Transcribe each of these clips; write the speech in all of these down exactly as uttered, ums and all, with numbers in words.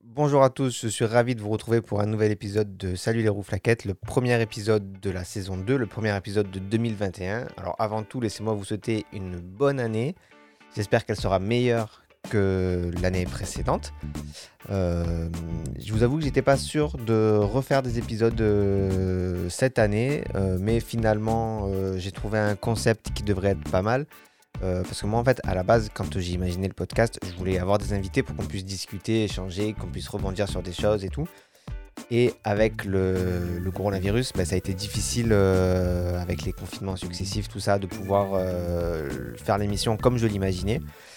Bonjour à tous, je suis ravi de vous retrouver pour un nouvel épisode de Salut les Rouflaquettes, le premier épisode de la saison deux, le premier épisode de deux mille vingt et un. Alors avant tout, laissez-moi vous souhaiter une bonne année. J'espère qu'elle sera meilleure que l'année précédente. Euh, je vous avoue que j'étais pas sûr de refaire des épisodes euh, cette année, euh, mais finalement euh, j'ai trouvé un concept qui devrait être pas mal. Euh, parce que moi en fait à la base quand j'ai imaginé le podcast je voulais avoir des invités pour qu'on puisse discuter, échanger, qu'on puisse rebondir sur des choses et tout. Et avec le, le coronavirus bah, ça a été difficile euh, avec les confinements successifs tout ça de pouvoir euh, faire l'émission comme je l'imaginais.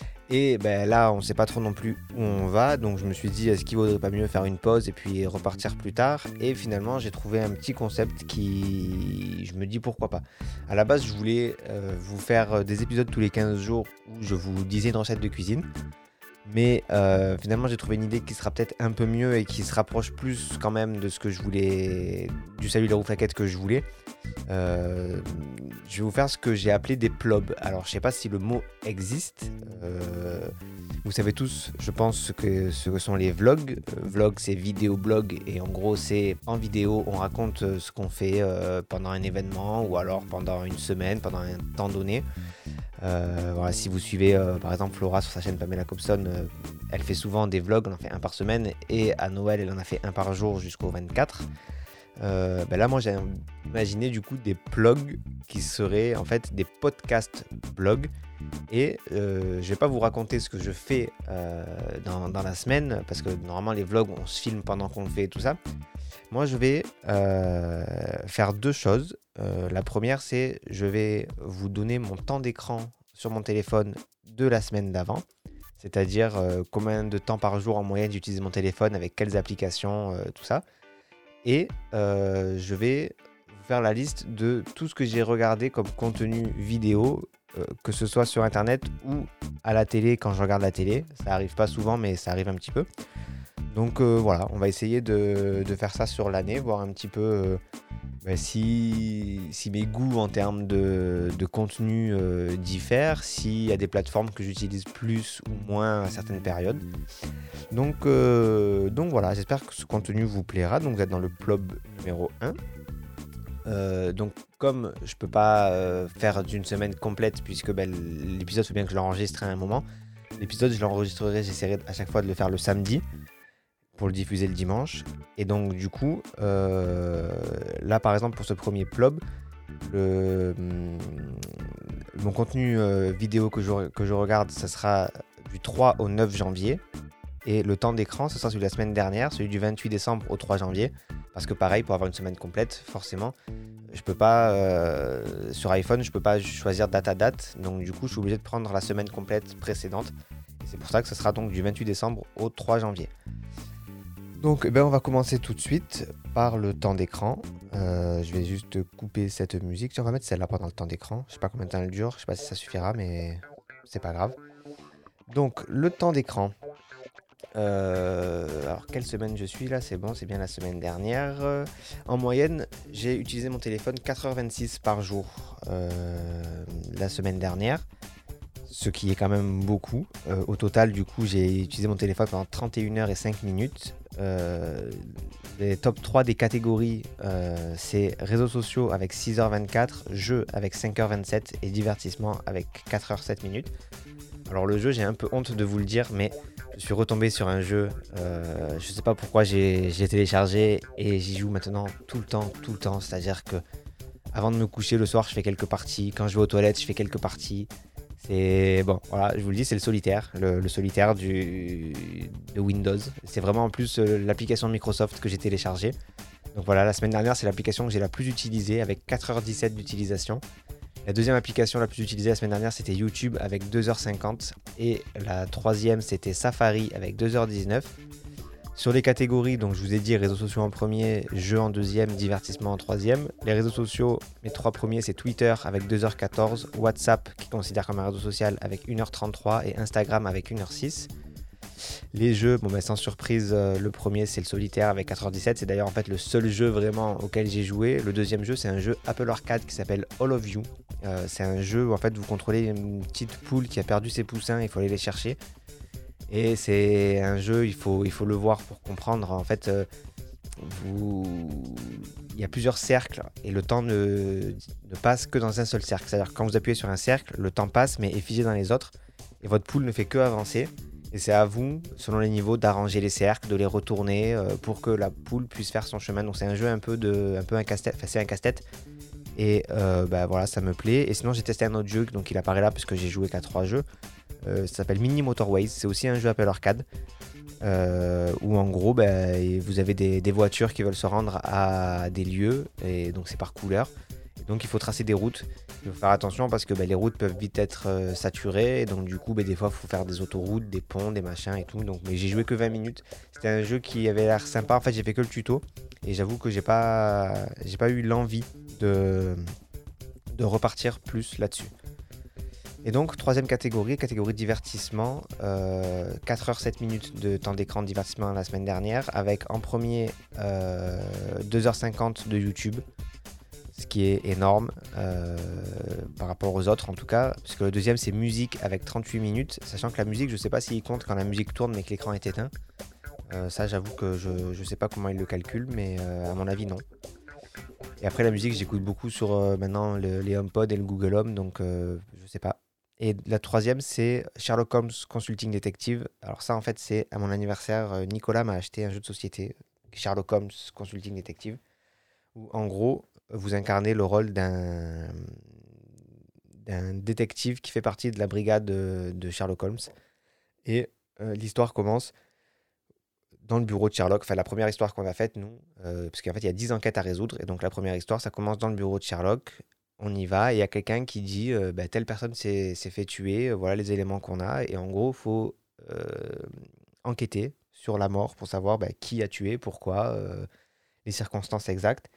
Et ben là, on ne sait pas trop non plus où on va, donc je me suis dit, est-ce qu'il vaudrait pas mieux faire une pause et puis repartir plus tard? Et finalement, j'ai trouvé un petit concept qui, je me dis pourquoi pas. À la base, je voulais euh, vous faire des épisodes tous les quinze jours où je vous disais une recette de cuisine. Mais euh, finalement, j'ai trouvé une idée qui sera peut-être un peu mieux et qui se rapproche plus quand même de ce que je voulais, du Salut les Rouflaquettes que je voulais. Euh, je vais vous faire ce que j'ai appelé des plobs. Alors, je sais pas si le mot existe. Euh, vous savez tous, je pense, ce que, ce que sont les vlogs. Euh, vlog, c'est vidéo blog. Et en gros, c'est en vidéo, on raconte euh, ce qu'on fait euh, pendant un événement ou alors pendant une semaine, pendant un temps donné. Euh, voilà, si vous suivez euh, par exemple Flora sur sa chaîne Pamela Cobson, euh, elle fait souvent des vlogs, elle en fait un par semaine. Et à Noël, elle en a fait un par jour jusqu'au vingt-quatre. Euh, ben là moi j'ai imaginé du coup des blogs qui seraient en fait des podcasts blogs et euh, je vais pas vous raconter ce que je fais euh, dans, dans la semaine parce que normalement les vlogs on se filme pendant qu'on le fait et tout ça. Moi je vais euh, faire deux choses. Euh, la première c'est je vais vous donner mon temps d'écran sur mon téléphone de la semaine d'avant, c'est-à-dire euh, combien de temps par jour en moyenne j'utilise mon téléphone, avec quelles applications, euh, tout ça. Et euh, je vais vous faire la liste de tout ce que j'ai regardé comme contenu vidéo, euh, que ce soit sur internet ou à la télé quand je regarde la télé. Ça arrive pas souvent, mais ça arrive un petit peu. Donc euh, voilà, on va essayer de, de faire ça sur l'année, voir un petit peu euh, bah, si, si mes goûts en termes de, de contenu euh, diffèrent, s'il y a des plateformes que j'utilise plus ou moins à certaines périodes. Donc, euh, donc voilà, j'espère que ce contenu vous plaira. Donc vous êtes dans le plob numéro un. Euh, donc comme je peux pas euh, faire d'une semaine complète puisque ben, l'épisode, il faut bien que je l'enregistre à un moment. L'épisode, je l'enregistrerai, j'essaierai à chaque fois de le faire le samedi pour le diffuser le dimanche. Et donc du coup, euh, là par exemple pour ce premier plob, le, mon contenu euh, vidéo que je, que je regarde, ça sera du trois au neuf janvier. Et le temps d'écran, ce sera celui de la semaine dernière, celui du vingt-huit décembre au trois janvier. Parce que pareil, pour avoir une semaine complète, forcément, je peux pas, euh, sur iPhone, je peux pas choisir date à date. Donc du coup, je suis obligé de prendre la semaine complète précédente. Et c'est pour ça que ce sera donc du vingt-huit décembre au trois janvier. Donc eh ben, on va commencer tout de suite par le temps d'écran. Euh, je vais juste couper cette musique. Tiens, on va mettre celle-là pendant le temps d'écran. Je sais pas combien de temps elle dure, je sais pas si ça suffira, mais c'est pas grave. Donc le temps d'écran. Euh, alors quelle semaine je suis là? C'est bon, c'est bien la semaine dernière. Euh, en moyenne, j'ai utilisé mon téléphone quatre heures vingt-six par jour euh, la semaine dernière, ce qui est quand même beaucoup. Euh, au total, du coup, j'ai utilisé mon téléphone pendant trente et une heures et cinq minutes. Euh, les top trois des catégories, euh, c'est réseaux sociaux avec six heures vingt-quatre, jeux avec cinq heures vingt-sept et divertissement avec quatre heures sept minutes. Alors le jeu, j'ai un peu honte de vous le dire, mais je suis retombé sur un jeu, euh, je sais pas pourquoi j'ai, j'ai téléchargé et j'y joue maintenant tout le temps, tout le temps. C'est-à-dire que avant de me coucher le soir, je fais quelques parties. Quand je vais aux toilettes, je fais quelques parties. C'est bon, voilà, je vous le dis, c'est le solitaire, le, le solitaire du, de Windows. C'est vraiment en plus euh, l'application Microsoft que j'ai téléchargée. Donc voilà, la semaine dernière, c'est l'application que j'ai la plus utilisée avec quatre heures dix-sept d'utilisation. La deuxième application la plus utilisée la semaine dernière, c'était YouTube avec deux heures cinquante. Et la troisième, c'était Safari avec deux heures dix-neuf. Sur les catégories, donc je vous ai dit réseaux sociaux en premier, jeux en deuxième, divertissement en troisième. Les réseaux sociaux, mes trois premiers, c'est Twitter avec deux heures quatorze, WhatsApp qui considère comme un réseau social avec une heure trente-trois et Instagram avec une heure six. Les jeux, bon ben sans surprise, euh, le premier c'est le solitaire avec quatre heures dix-sept, c'est d'ailleurs en fait le seul jeu vraiment auquel j'ai joué. Le deuxième jeu c'est un jeu Apple Arcade qui s'appelle All of You. Euh, c'est un jeu où en fait vous contrôlez une petite poule qui a perdu ses poussins, il faut aller les chercher. Et c'est un jeu, il faut, il faut le voir pour comprendre. En fait, euh, vous... il y a plusieurs cercles et le temps ne, ne passe que dans un seul cercle. C'est-à-dire que quand vous appuyez sur un cercle, le temps passe mais est figé dans les autres et votre poule ne fait que avancer. Et c'est à vous, selon les niveaux, d'arranger les cercles, de les retourner euh, pour que la poule puisse faire son chemin. Donc c'est un jeu un peu, de, un, peu un casse-tête. Enfin, c'est un casse-tête. Et euh, bah, voilà, ça me plaît. Et sinon, j'ai testé un autre jeu, donc il apparaît là parce que j'ai joué qu'à trois jeux. Euh, ça s'appelle Mini Motorways. C'est aussi un jeu Apple Arcade. Euh, où en gros, bah, vous avez des, des voitures qui veulent se rendre à des lieux. Et donc c'est par couleur. Et donc il faut tracer des routes. Il faut faire attention parce que bah, les routes peuvent vite être euh, saturées. Et donc du coup, bah, des fois, il faut faire des autoroutes, des ponts, des machins et tout. Donc, mais j'ai joué que vingt minutes. C'était un jeu qui avait l'air sympa. En fait, j'ai fait que le tuto. Et j'avoue que j'ai pas, j'ai pas eu l'envie de, de repartir plus là-dessus. Et donc, troisième catégorie, catégorie divertissement, euh, quatre heures sept minutes de temps d'écran de divertissement la semaine dernière, avec en premier euh, deux heures cinquante de YouTube, ce qui est énorme euh, par rapport aux autres en tout cas, parce que le deuxième c'est musique avec trente-huit minutes, sachant que la musique, je ne sais pas s'il compte quand la musique tourne mais que l'écran est éteint. Euh, ça, j'avoue que je ne sais pas comment il le calcule, mais euh, à mon avis, non. Et après, la musique, j'écoute beaucoup sur euh, maintenant le, les HomePod et le Google Home, donc euh, je sais pas. Et la troisième, c'est Sherlock Holmes Consulting Detective. Alors ça, en fait, c'est à mon anniversaire, euh, Nicolas m'a acheté un jeu de société, Sherlock Holmes Consulting Detective, où en gros, vous incarnez le rôle d'un d'un détective qui fait partie de la brigade de, de Sherlock Holmes. Et euh, l'histoire commence dans le bureau de Sherlock. Enfin, la première histoire qu'on a faite, nous, euh, parce qu'en fait, il y a dix enquêtes à résoudre. Et donc, la première histoire, ça commence dans le bureau de Sherlock. On y va, et il y a quelqu'un qui dit euh, bah, telle personne s'est s'est fait tuer, euh, voilà les éléments qu'on a. Et en gros, il faut euh, enquêter sur la mort pour savoir bah, qui a tué, pourquoi, euh, les circonstances exactes.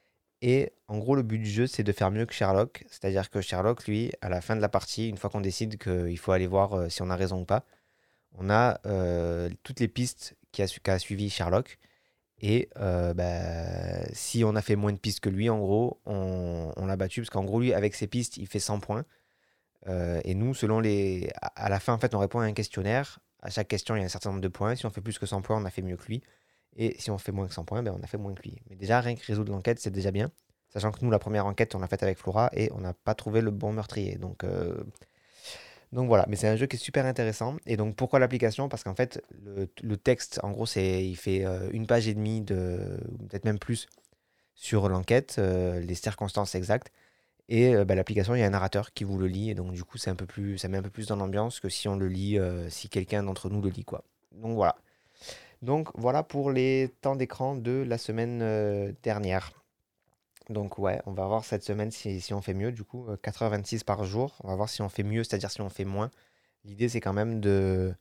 Et en gros, le but du jeu, c'est de faire mieux que Sherlock. C'est-à-dire que Sherlock, lui, à la fin de la partie, une fois qu'on décide qu'il faut aller voir euh, si on a raison ou pas, on a euh, toutes les pistes qu'a su- qu'a suivi Sherlock. Et euh, bah, si on a fait moins de pistes que lui, en gros, on, on l'a battu. Parce qu'en gros, lui, avec ses pistes, il fait cent points. Euh, et nous, selon les. À à la fin, en fait, on répond à un questionnaire. À chaque question, il y a un certain nombre de points. Si on fait plus que cent points, on a fait mieux que lui. Et si on fait moins que cent points, ben, on a fait moins que lui. Mais déjà, rien que résoudre l'enquête, c'est déjà bien. Sachant que nous, la première enquête, on l'a faite avec Flora et on n'a pas trouvé le bon meurtrier. Donc, euh, donc voilà, mais c'est un jeu qui est super intéressant. Et donc pourquoi l'application? Parce qu'en fait, le, le texte, en gros, c'est, il fait euh, une page et demie, de, peut-être même plus, sur l'enquête, euh, les circonstances exactes. Et euh, bah, l'application, il y a un narrateur qui vous le lit. Et donc du coup, c'est un peu plus, ça met un peu plus dans l'ambiance que si on le lit, euh, si quelqu'un d'entre nous le lit, quoi. Donc voilà. Donc voilà pour les temps d'écran de la semaine euh, dernière. Donc ouais, on va voir cette semaine si, si on fait mieux. Du coup, euh, quatre heures vingt-six par jour. On va voir si on fait mieux, c'est-à-dire si on fait moins. L'idée, c'est quand même de,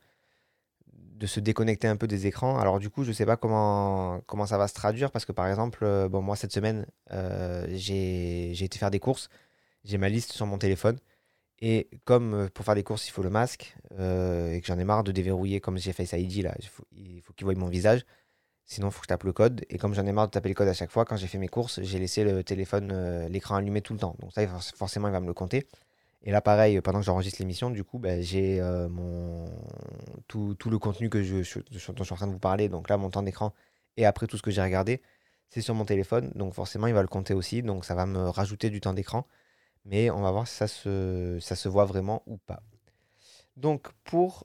de se déconnecter un peu des écrans. Alors du coup, je sais pas comment, comment ça va se traduire parce que par exemple, euh, bon, moi cette semaine, euh, j'ai, j'ai été faire des courses. J'ai ma liste sur mon téléphone. Et comme euh, pour faire des courses, il faut le masque euh, et que j'en ai marre de déverrouiller comme j'ai fait Face I D là, il faut, il faut qu'il voie mon visage. Sinon, il faut que je tape le code. Et comme j'en ai marre de taper le code à chaque fois, quand j'ai fait mes courses, j'ai laissé le téléphone, euh, l'écran allumé tout le temps. Donc ça, forcément, il va me le compter. Et là, pareil, pendant que j'enregistre l'émission, du coup, bah, j'ai euh, mon... tout, tout le contenu que je, je- dont je suis en train de vous parler. Donc là, mon temps d'écran et après tout ce que j'ai regardé, c'est sur mon téléphone. Donc forcément, il va le compter aussi. Donc ça va me rajouter du temps d'écran. Mais on va voir si ça se, ça se voit vraiment ou pas. Donc pour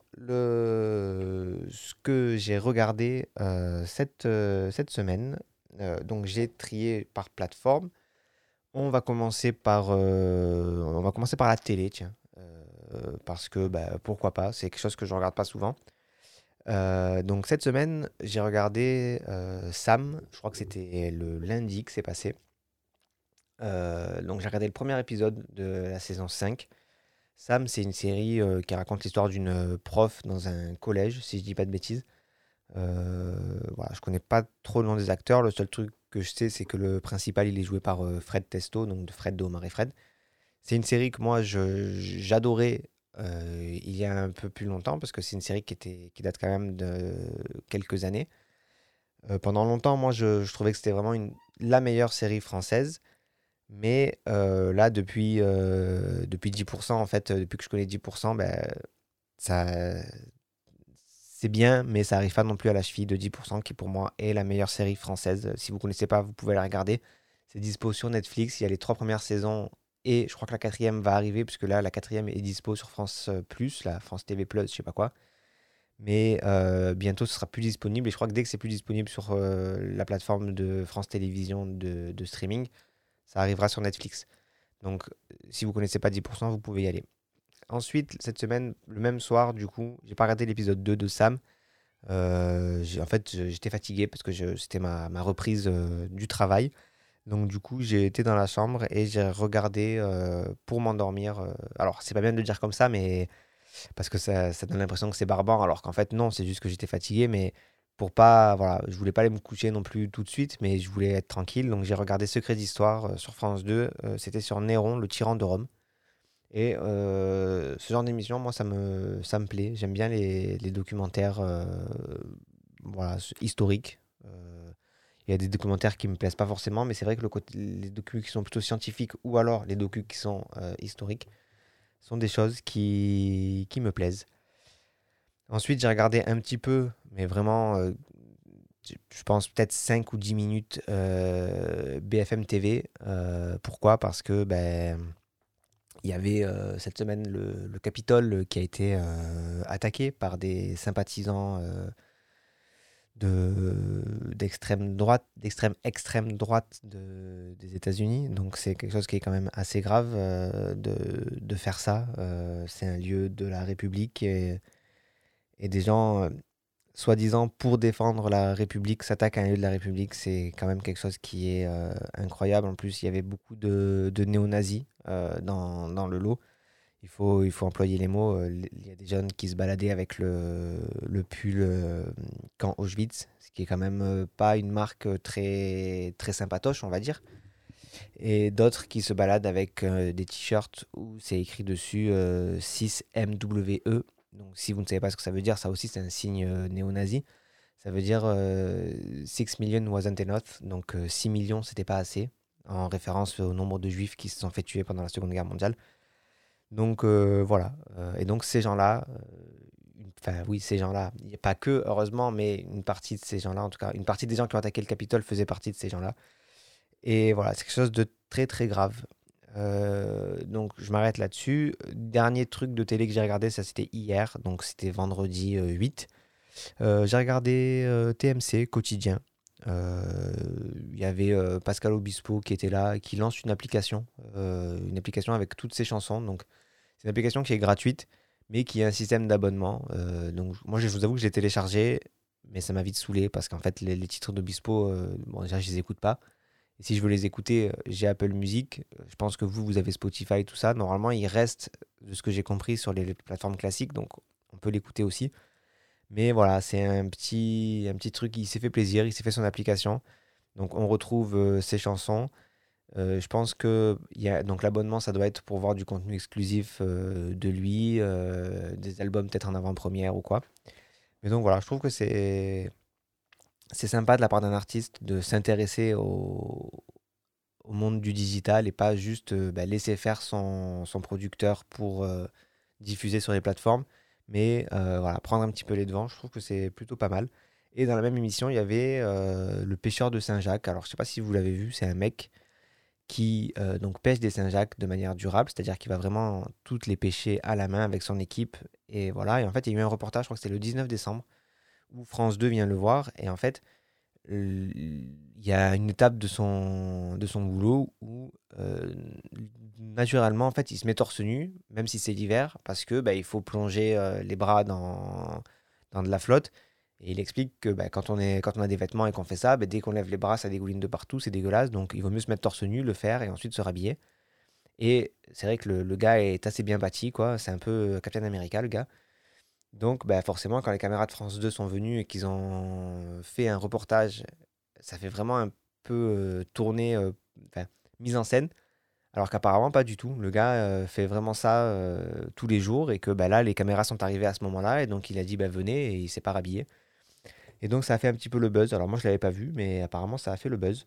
le... ce que j'ai regardé euh, cette, euh, cette semaine, euh, donc j'ai trié par plateforme. On va commencer par, euh, on va commencer par la télé, tiens. Euh, parce que bah, pourquoi pas, c'est quelque chose que je regarde pas souvent. Euh, donc cette semaine, j'ai regardé euh, Sam, je crois que c'était le lundi que c'est passé. Euh, donc j'ai regardé le premier épisode de la saison cinq. Sam, c'est une série euh, qui raconte l'histoire d'une euh, prof dans un collège, si je dis pas de bêtises. Euh, voilà, je connais pas trop le nom des acteurs. Le seul truc que je sais, c'est que le principal, il est joué par euh, Fred Testo, donc de Fred de Omar et Fred. C'est une série que moi, je- j'adorais euh, il y a un peu plus longtemps, parce que c'est une série qui, était, qui date quand même de quelques années. Euh, pendant longtemps, moi, je, je trouvais que c'était vraiment une, la meilleure série française. Mais euh, là, depuis, euh, depuis dix pour cent, en fait, euh, depuis que je connais dix pour cent, ben, ça, c'est bien, mais ça arrive pas non plus à la cheville de dix pour cent, qui pour moi est la meilleure série française. Si vous connaissez pas, vous pouvez la regarder. C'est dispo sur Netflix. Il y a les trois premières saisons et je crois que la quatrième va arriver, puisque là, la quatrième est dispo sur France euh, Plus, la France T V Plus, je sais pas quoi. Mais euh, bientôt, ce sera plus disponible. Et je crois que dès que c'est plus disponible sur euh, la plateforme de France Télévisions de, de streaming, ça arrivera sur Netflix. Donc, si vous connaissez pas dix pour cent, vous pouvez y aller. Ensuite, cette semaine, le même soir, du coup, j'ai pas regardé l'épisode deux de Sam. Euh, j'ai- en fait, je- j'étais fatigué parce que je- c'était ma, ma reprise euh, du travail. Donc, du coup, j'ai été dans la chambre et j'ai regardé euh, pour m'endormir. euh, Alors, c'est pas bien de le dire comme ça, mais parce que ça, ça donne l'impression que c'est barbare, alors qu'en fait, non, c'est juste que j'étais fatigué. Mais pour pas, voilà, je voulais pas aller me coucher non plus tout de suite, mais je voulais être tranquille. Donc, j'ai regardé Secret d'Histoire euh, sur France deux. Euh, c'était sur Néron, le tyran de Rome. Et euh, ce genre d'émission, moi, ça me, ça me plaît. J'aime bien les, les documentaires euh, voilà, s- historiques. Euh, Il y a des documentaires qui me plaisent pas forcément, mais c'est vrai que le côté- les docus qui sont plutôt scientifiques ou alors les docus qui sont euh, historiques sont des choses qui, qui me plaisent. Ensuite, j'ai regardé un petit peu, mais vraiment, euh, je je pense peut-être cinq ou dix minutes euh, B F M T V. Euh, pourquoi? Parce que ben, il y avait euh, cette semaine le, le Capitole qui a été euh, attaqué par des sympathisants euh, de, d'extrême droite, d'extrême extrême droite de- des États-Unis. Donc c'est quelque chose qui est quand même assez grave euh, de, de faire ça. Euh, c'est un lieu de la République et, et des gens, euh, soi-disant pour défendre la République, s'attaquent à un lieu de la République. C'est quand même quelque chose qui est euh, incroyable. En plus, il y avait beaucoup de, de néo-nazis euh, dans, dans le lot. Il faut, il faut employer les mots. euh, Il y a des jeunes qui se baladaient avec le, le pull euh, camp Auschwitz, ce qui est quand même euh, pas une marque euh, très, très sympatoche, on va dire. Et d'autres qui se baladent avec euh, des t-shirts où c'est écrit dessus euh, six M W E. Donc si vous ne savez pas ce que ça veut dire, ça aussi c'est un signe euh, néo-nazi. Ça veut dire euh, six million wasn't enough, donc euh, six millions c'était pas assez, en référence au nombre de juifs qui se sont fait tuer pendant la Seconde Guerre mondiale. Donc euh, voilà. Euh, et donc ces gens-là, euh, une- enfin oui, ces gens-là, il n'y a pas que, heureusement, mais une partie de ces gens-là, en tout cas, une partie des gens qui ont attaqué le Capitole faisait partie de ces gens-là. Et voilà, c'est quelque chose de très très grave. Euh, donc je m'arrête là-dessus. Dernier truc de télé que j'ai regardé, ça c'était hier, donc c'était vendredi euh, huit. Euh, j'ai regardé euh, T M C quotidien. Euh, Il y avait euh, Pascal Obispo qui était là, qui lance une application, euh, une application avec toutes ses chansons. Donc c'est une application qui est gratuite, mais qui a un système d'abonnement. Euh, donc moi, je vous avoue que je l'ai téléchargé, mais ça m'a vite saoulé parce qu'en fait, les, les titres d'Obispo, euh, bon, déjà, je les écoute pas. Et si je veux les écouter, euh, j'ai Apple Music. Euh, Je pense que vous, vous avez Spotify, tout ça. Normalement, il reste, de ce que j'ai compris, sur les, les plateformes classiques, donc on peut l'écouter aussi. Mais voilà, c'est un petit, un petit truc, il s'est fait plaisir, il s'est fait son application. Donc on retrouve euh, ses chansons. Euh, je pense que il y a, donc l'abonnement, ça doit être pour voir du contenu exclusif euh, de lui, euh, des albums peut-être en avant-première ou quoi. Mais donc voilà, je trouve que c'est c'est sympa de la part d'un artiste de s'intéresser au, au monde du digital et pas juste euh, bah, laisser faire son, son producteur pour euh, diffuser sur les plateformes, mais euh, voilà, prendre un petit peu les devants. Je trouve que c'est plutôt pas mal. Et dans la même émission, il y avait euh, le pêcheur de Saint-Jacques. Alors je sais pas si vous l'avez vu, c'est un mec qui euh, donc pêche des Saint-Jacques de manière durable, c'est-à-dire qu'il va vraiment toutes les pêcher à la main avec son équipe. Et voilà, et en fait, il y a eu un reportage, je crois que c'était le dix-neuf décembre, où France deux vient le voir. Et en fait, l- il y a une étape de son, de son boulot où euh, naturellement, en fait, il se met torse nu, même si c'est l'hiver, parce que bah, il faut plonger euh, les bras dans, dans de la flotte. Et il explique que bah, quand, on est, quand on a des vêtements et qu'on fait ça, bah, dès qu'on lève les bras, ça dégouline de partout, c'est dégueulasse. Donc il vaut mieux se mettre torse nu, le faire et ensuite se rhabiller. Et c'est vrai que le, le gars est assez bien bâti, quoi. C'est un peu euh, Captain America, le gars. Donc bah, forcément, quand les caméras de France deux sont venues et qu'ils ont fait un reportage, ça fait vraiment un peu euh, tourner, euh, enfin, mise en scène. Alors qu'apparemment, pas du tout. Le gars euh, fait vraiment ça euh, tous les jours et que bah, là, les caméras sont arrivées à ce moment-là et donc il a dit bah, venez et il s'est pas rhabillé. Et donc ça a fait un petit peu le buzz. Alors moi, je l'avais pas vu, mais apparemment, ça a fait le buzz.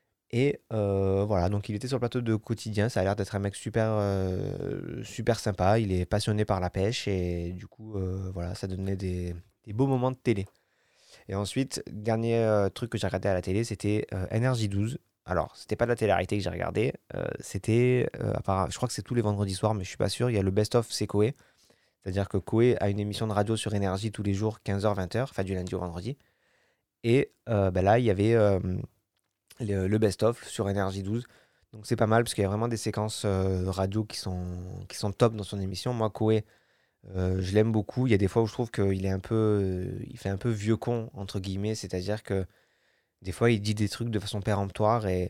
Et euh, voilà, donc il était sur le plateau de Quotidien. Ça a l'air d'être un mec super, euh, super sympa. Il est passionné par la pêche et du coup, euh, voilà, ça donnait des, des beaux moments de télé. Et ensuite, dernier euh, truc que j'ai regardé à la télé, c'était euh, N R J douze. Alors, c'était pas de la télé-réalité que j'ai regardé, euh, c'était, euh, appara- je crois que c'est tous les vendredis soirs, mais je suis pas sûr, il y a le Best of, c'est Koé. C'est-à-dire que Koé a une émission de radio sur Énergie tous les jours, quinze heures vingt heures, enfin du lundi au vendredi. Et euh, bah là, il y avait euh, le, le best-of sur N R J douze. Donc c'est pas mal parce qu'il y a vraiment des séquences euh, radio qui sont, qui sont top dans son émission. Moi, Koé, euh, je l'aime beaucoup. Il y a des fois où je trouve qu'il est un peu, euh, il fait un peu vieux con, entre guillemets. C'est-à-dire que des fois, il dit des trucs de façon péremptoire et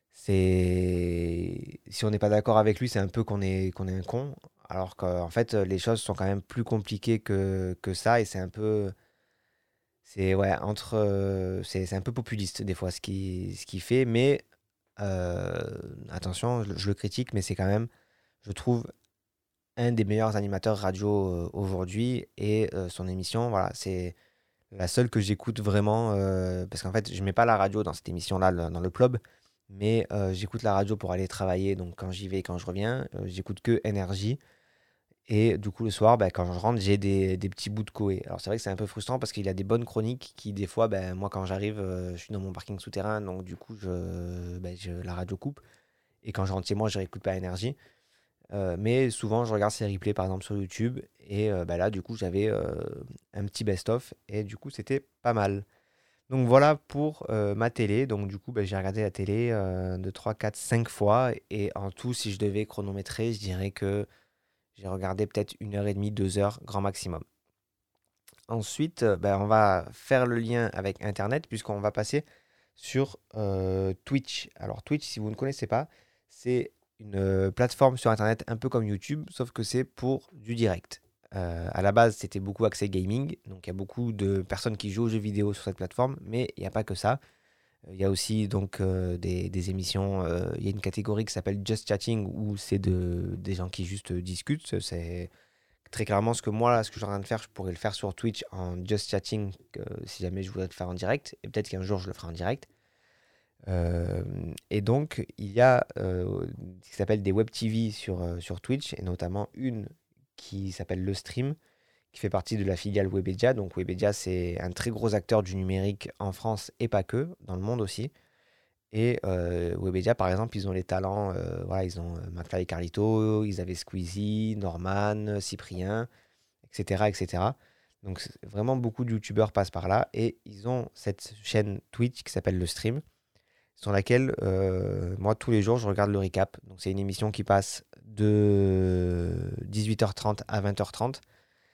c'est... Si on n'est pas d'accord avec lui, c'est un peu qu'on est, qu'on est un con. Alors qu'en fait, les choses sont quand même plus compliquées que, que ça et c'est un peu... C'est ouais, entre, euh, c'est c'est un peu populiste des fois ce qui ce qu'il fait, mais euh, attention, je, je le critique, mais c'est quand même, je trouve, un des meilleurs animateurs radio euh, aujourd'hui et euh, son émission, voilà, c'est la seule que j'écoute vraiment euh, parce qu'en fait, je mets pas la radio dans cette émission-là, le- dans le club, mais euh, j'écoute la radio pour aller travailler, donc quand j'y vais, et quand je reviens, euh, j'écoute que Énergie. Et du coup, le soir, bah, quand je rentre, j'ai des, des petits bouts de Koé. Alors, c'est vrai que c'est un peu frustrant parce qu'il a des bonnes chroniques qui, des fois, ben moi, quand j'arrive, euh, je suis dans mon parking souterrain, donc du coup, je, ben, je- la radio coupe. Et quand je rentre chez moi, je réécoute pas Énergie. Euh, mais souvent, je regarde ses replays, par exemple, sur YouTube. Et euh, ben là, du coup, j'avais euh, un petit best-of. Et du coup, c'était pas mal. Donc, voilà pour euh, ma télé. Donc, du coup, ben, j'ai regardé la télé euh, de trois, quatre, cinq fois. Et en tout, si je devais chronométrer, je dirais que j'ai regardé peut-être une heure et demie, deux heures, grand maximum. Ensuite, euh, ben, on va faire le lien avec Internet puisqu'on va passer sur euh, Twitch. Alors Twitch, si vous ne connaissez pas, c'est une euh, plateforme sur Internet un peu comme YouTube, sauf que c'est pour du direct. Euh, à la base, c'était beaucoup axé gaming, donc il y a beaucoup de personnes qui jouent aux jeux vidéo sur cette plateforme, mais il n'y a pas que ça. Il y a aussi donc euh, des, des émissions, euh, il y a une catégorie qui s'appelle Just Chatting où c'est de, des gens qui juste discutent. C'est très clairement ce que moi, là, ce que je suis en train de faire, je pourrais le faire sur Twitch en Just Chatting euh, si jamais je voudrais le faire en direct. Et peut-être qu'un jour je le ferai en direct. Euh, et donc, il y a euh, ce qui s'appelle des web T V sur, euh, sur Twitch, et notamment une qui s'appelle Le Stream, qui fait partie de la filiale Webedia. Donc, Webedia, c'est un très gros acteur du numérique en France et pas que, dans le monde aussi. Et euh, Webedia, par exemple, ils ont les talents, euh, voilà, ils ont euh, McFly et Carlito, ils avaient Squeezie, Norman, Cyprien, et cetera, et cetera. Donc c'est- vraiment beaucoup de youtubeurs passent par là et ils ont cette chaîne Twitch qui s'appelle Le Stream, sur laquelle euh, moi tous les jours je regarde le recap. Donc c'est une émission qui passe de dix-huit heures trente à vingt heures trente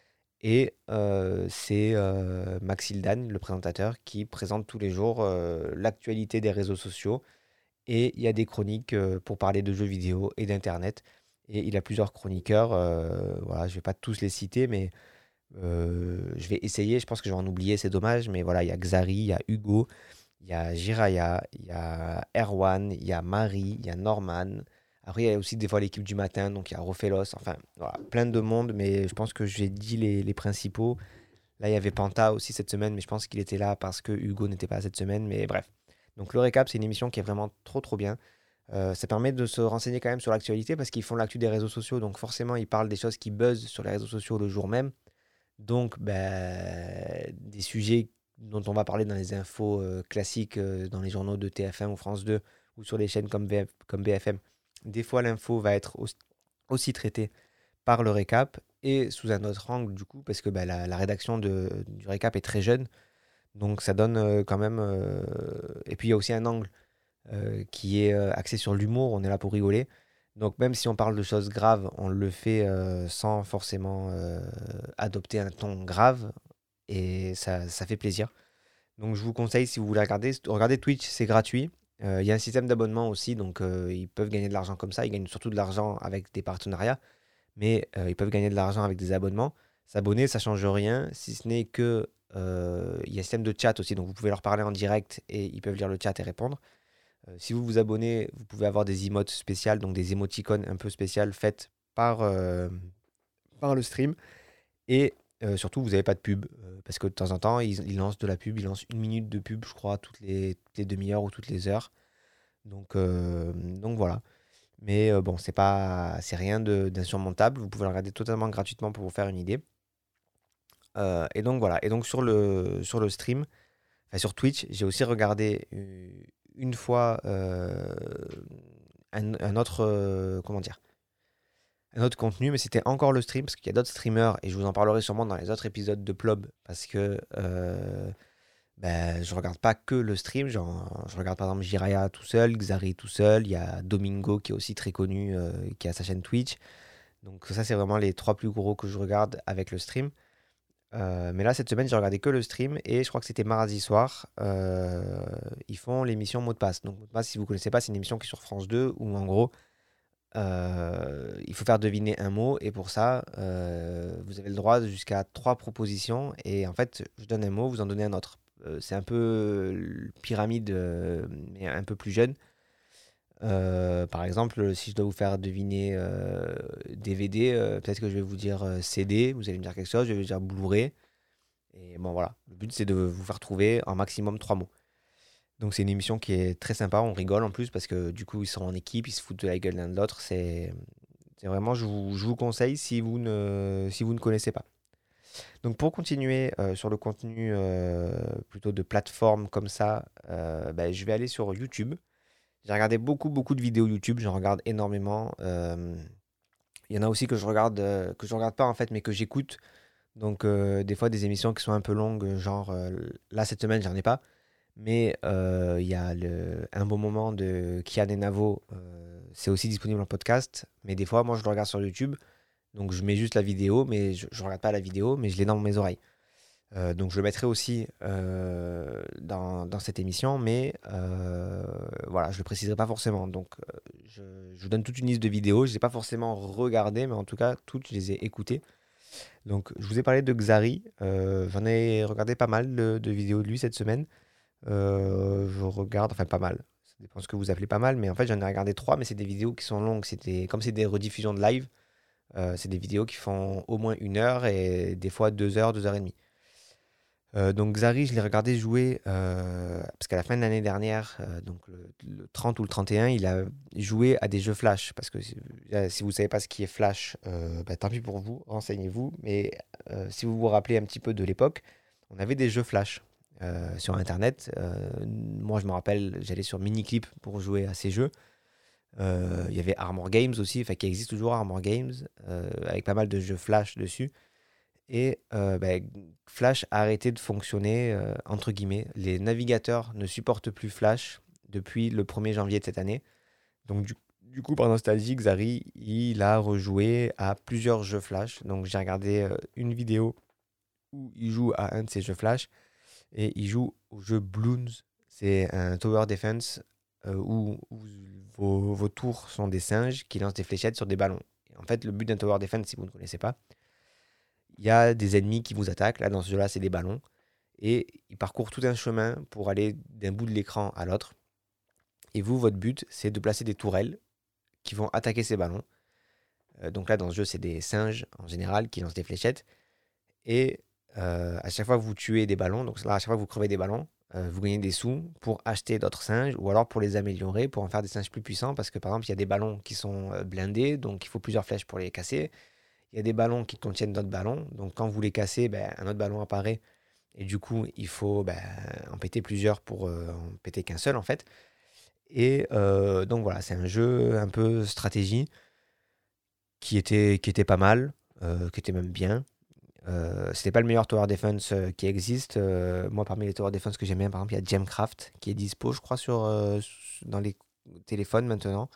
et euh, c'est euh, Maxildan, le présentateur, qui présente tous les jours euh, l'actualité des réseaux sociaux et il y a des chroniques euh, pour parler de jeux vidéo et d'internet. Et il a plusieurs chroniqueurs, euh, voilà, je vais pas tous les citer, mais euh, je vais essayer, je pense que je vais en oublier, c'est dommage, mais voilà, il y a Xari, il y a Hugo, il y a Jiraya, il y a Erwan, il y a Marie, il y a Norman. Après, il y a aussi des fois l'équipe du matin, donc il y a Rofelos, enfin, voilà, plein de monde, mais je pense que j'ai dit les, les principaux. Là, il y avait Panta aussi cette semaine, mais je pense qu'il était là parce que Hugo n'était pas là cette semaine, mais bref. Donc le récap, c'est une émission qui est vraiment trop trop bien. Euh, ça permet de se renseigner quand même sur l'actualité parce qu'ils font l'actu des réseaux sociaux, donc forcément ils parlent des choses qui buzzent sur les réseaux sociaux le jour même. Donc, ben, des sujets dont on va parler dans les infos euh, classiques, euh, dans les journaux de T F un ou France deux ou sur les chaînes comme, V F comme B F M. Des fois, l'info va être aussi, aussi traitée par le récap et sous un autre angle, du coup, parce que ben, la, la rédaction de- du récap est très jeune. Donc, ça donne euh, quand même. euh, Et puis, il y a aussi un angle euh, qui est euh, axé sur l'humour. On est là pour rigoler. Donc même si on parle de choses graves, on le fait euh, sans forcément euh, adopter un ton grave et ça, ça fait plaisir. Donc je vous conseille si vous voulez regarder, regardez Twitch, c'est gratuit. Euh, Il y a un système d'abonnement aussi, donc euh, ils peuvent gagner de l'argent comme ça. Ils gagnent surtout de l'argent avec des partenariats, mais euh, ils peuvent gagner de l'argent avec des abonnements. S'abonner, ça change rien, si ce n'est que euh, il y a un système de chat aussi, donc vous pouvez leur parler en direct et ils peuvent lire le chat et répondre. Euh, si vous vous abonnez, vous pouvez avoir des emotes spéciales, donc des émoticônes un peu spéciales faites par, euh, par le stream. Et euh, surtout, vous n'avez pas de pub. Euh, parce que de temps en temps, ils, ils lancent de la pub. Ils lancent une minute de pub, je crois, toutes les, toutes les demi-heures ou toutes les heures. Donc, euh, donc voilà. Mais euh, bon, c'est pas, c'est rien de- d'insurmontable. Vous pouvez le regarder totalement gratuitement pour vous faire une idée. Euh, et donc voilà. Et donc sur le, sur le stream, enfin sur Twitch, j'ai aussi regardé euh, une fois euh, un, un autre, euh, comment dire, un autre contenu, mais c'était encore le stream parce qu'il y a d'autres streamers et je vous en parlerai sûrement dans les autres épisodes de Plob parce que euh, ben, je regarde pas que le stream, genre, je regarde par exemple Jiraya tout seul, Xari tout seul, il y a Domingo qui est aussi très connu, euh, qui a sa chaîne Twitch. Donc ça c'est vraiment les trois plus gros que je regarde avec le stream. Euh, mais là cette semaine j'ai regardé que le stream et je crois que c'était mardi soir. Euh, ils font l'émission Mot de passe. Donc Mot de passe si vous connaissez pas c'est une émission qui est sur France deux où en gros euh, il faut faire deviner un mot et pour ça euh, vous avez le droit de jusqu'à trois propositions et en fait je donne un mot, vous en donnez un autre. Euh, c'est un peu euh, pyramide euh, mais un peu plus jeune. Euh, par exemple, si je dois vous faire deviner euh, D V D, euh, peut-être que je vais vous dire euh, C D, vous allez me dire quelque chose, je vais vous dire Blu-ray. Et bon voilà, le but c'est de vous faire trouver un maximum trois mots. Donc c'est une émission qui est très sympa, on rigole en plus parce que du coup ils sont en équipe, ils se foutent de la gueule l'un de l'autre. C'est c'est vraiment, je vous, je vous conseille si vous ne, si vous ne connaissez pas. Donc pour continuer euh, sur le contenu euh, plutôt de plateforme comme ça, euh, ben, je vais aller sur YouTube. J'ai regardé beaucoup beaucoup de vidéos YouTube, j'en regarde énormément. Euh, Il y en a aussi que je regarde, euh, que je regarde pas en fait, mais que j'écoute. Donc euh, des fois des émissions qui sont un peu longues, genre euh, là cette semaine j'en ai pas. Mais euh, il y a le, un bon moment de Kian et Navo, euh, c'est aussi disponible en podcast. Mais des fois, moi, je le regarde sur YouTube. Donc, je mets juste la vidéo, mais je ne regarde pas la vidéo, mais je l'ai dans mes oreilles. Euh, donc, je le mettrai aussi euh, dans, dans cette émission, mais euh, voilà, je ne le préciserai pas forcément. Donc, euh, je, je vous donne toute une liste de vidéos. Je ne les ai pas forcément regardées, mais en tout cas, toutes, je les ai écoutées. Donc, je vous ai parlé de Xari. Euh, j'en ai regardé pas mal de, de vidéos de lui cette semaine. Euh, je regarde, enfin pas mal. Ça dépend ce que vous appelez pas mal, mais en fait j'en ai regardé trois, mais c'est des vidéos qui sont longues. C'était comme c'est des rediffusions de live, euh, c'est des vidéos qui font au moins une heure et des fois deux heures, deux heures et demie. Euh, donc Xari, je l'ai regardé jouer euh, parce qu'à la fin de l'année dernière, euh, donc le, le trente ou le trente et un, il a joué à des jeux Flash. Parce que si, euh, si vous savez pas ce qui est Flash, euh, bah, tant pis pour vous, renseignez-vous. Mais euh, si vous vous rappelez un petit peu de l'époque, on avait des jeux Flash euh, sur Internet. Euh, moi, je me rappelle, j'allais sur Miniclip pour jouer à ces jeux. Euh, Il y avait Armor Games aussi, enfin qui existe toujours Armor Games, euh, avec pas mal de jeux Flash dessus. Et euh, bah, Flash a arrêté de fonctionner, euh, entre guillemets. Les navigateurs ne supportent plus Flash depuis le premier janvier de cette année. Donc du, du coup, par nostalgie, Xari, il a rejoué à plusieurs jeux Flash. Donc j'ai regardé euh, une vidéo où il joue à un de ces jeux Flash et il joue au jeu Bloons. C'est un tower defense euh, où, où vos, vos tours sont des singes qui lancent des fléchettes sur des ballons. Et en fait, le but d'un tower defense, si vous ne connaissez pas, il y a des ennemis qui vous attaquent. Là, dans ce jeu-là, c'est des ballons. Et ils parcourent tout un chemin pour aller d'un bout de l'écran à l'autre. Et vous, votre but, c'est de placer des tourelles qui vont attaquer ces ballons. Euh, donc là, dans ce jeu, c'est des singes en général qui lancent des fléchettes. Et euh, à chaque fois que vous tuez des ballons, donc là, à chaque fois que vous crevez des ballons, euh, vous gagnez des sous pour acheter d'autres singes ou alors pour les améliorer, pour en faire des singes plus puissants. Parce que par exemple, il y a des ballons qui sont euh, blindés, donc il faut plusieurs flèches pour les casser. Il y a des ballons qui contiennent d'autres ballons. Donc quand vous les cassez, ben, un autre ballon apparaît. Et du coup, il faut ben, en péter plusieurs pour euh, en péter qu'un seul en fait. Et euh, donc voilà, c'est un jeu un peu stratégie qui était, qui était pas mal, euh, qui était même bien. Euh, c'était pas le meilleur tower defense euh, qui existe. Euh, moi, parmi les tower defense que j'aime bien, par exemple, il y a Gemcraft qui est dispo, je crois, sur, euh, dans les téléphones maintenant.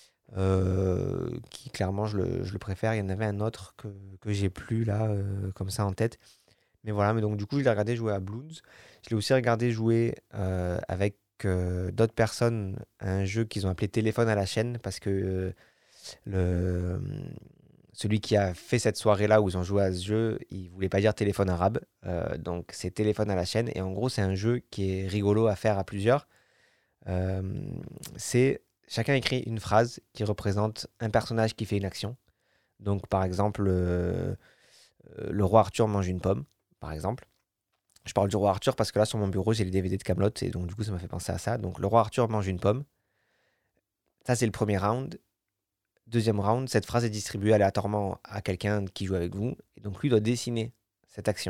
Euh, qui clairement, je le, je le préfère. Il y en avait un autre que, que j'ai plus là, euh, comme ça en tête. Mais voilà, mais donc du coup, je l'ai regardé jouer à Bloons. Je l'ai aussi regardé jouer euh, avec euh, d'autres personnes à un jeu qu'ils ont appelé Téléphone à la chaîne parce que euh, le, celui qui a fait cette soirée-là où ils ont joué à ce jeu, il voulait pas dire téléphone arabe. Euh, donc c'est Téléphone à la chaîne. Et en gros, c'est un jeu qui est rigolo à faire à plusieurs. Euh, c'est chacun écrit une phrase qui représente un personnage qui fait une action. Donc par exemple, euh, euh, le roi Arthur mange une pomme, par exemple. Je parle du roi Arthur parce que là, sur mon bureau, j'ai les D V D de Camelot et donc du coup, ça m'a fait penser à ça. Donc, le roi Arthur mange une pomme. Ça, c'est le premier round. Deuxième round, cette phrase est distribuée aléatoirement à quelqu'un qui joue avec vous. Et donc, lui doit dessiner cette action.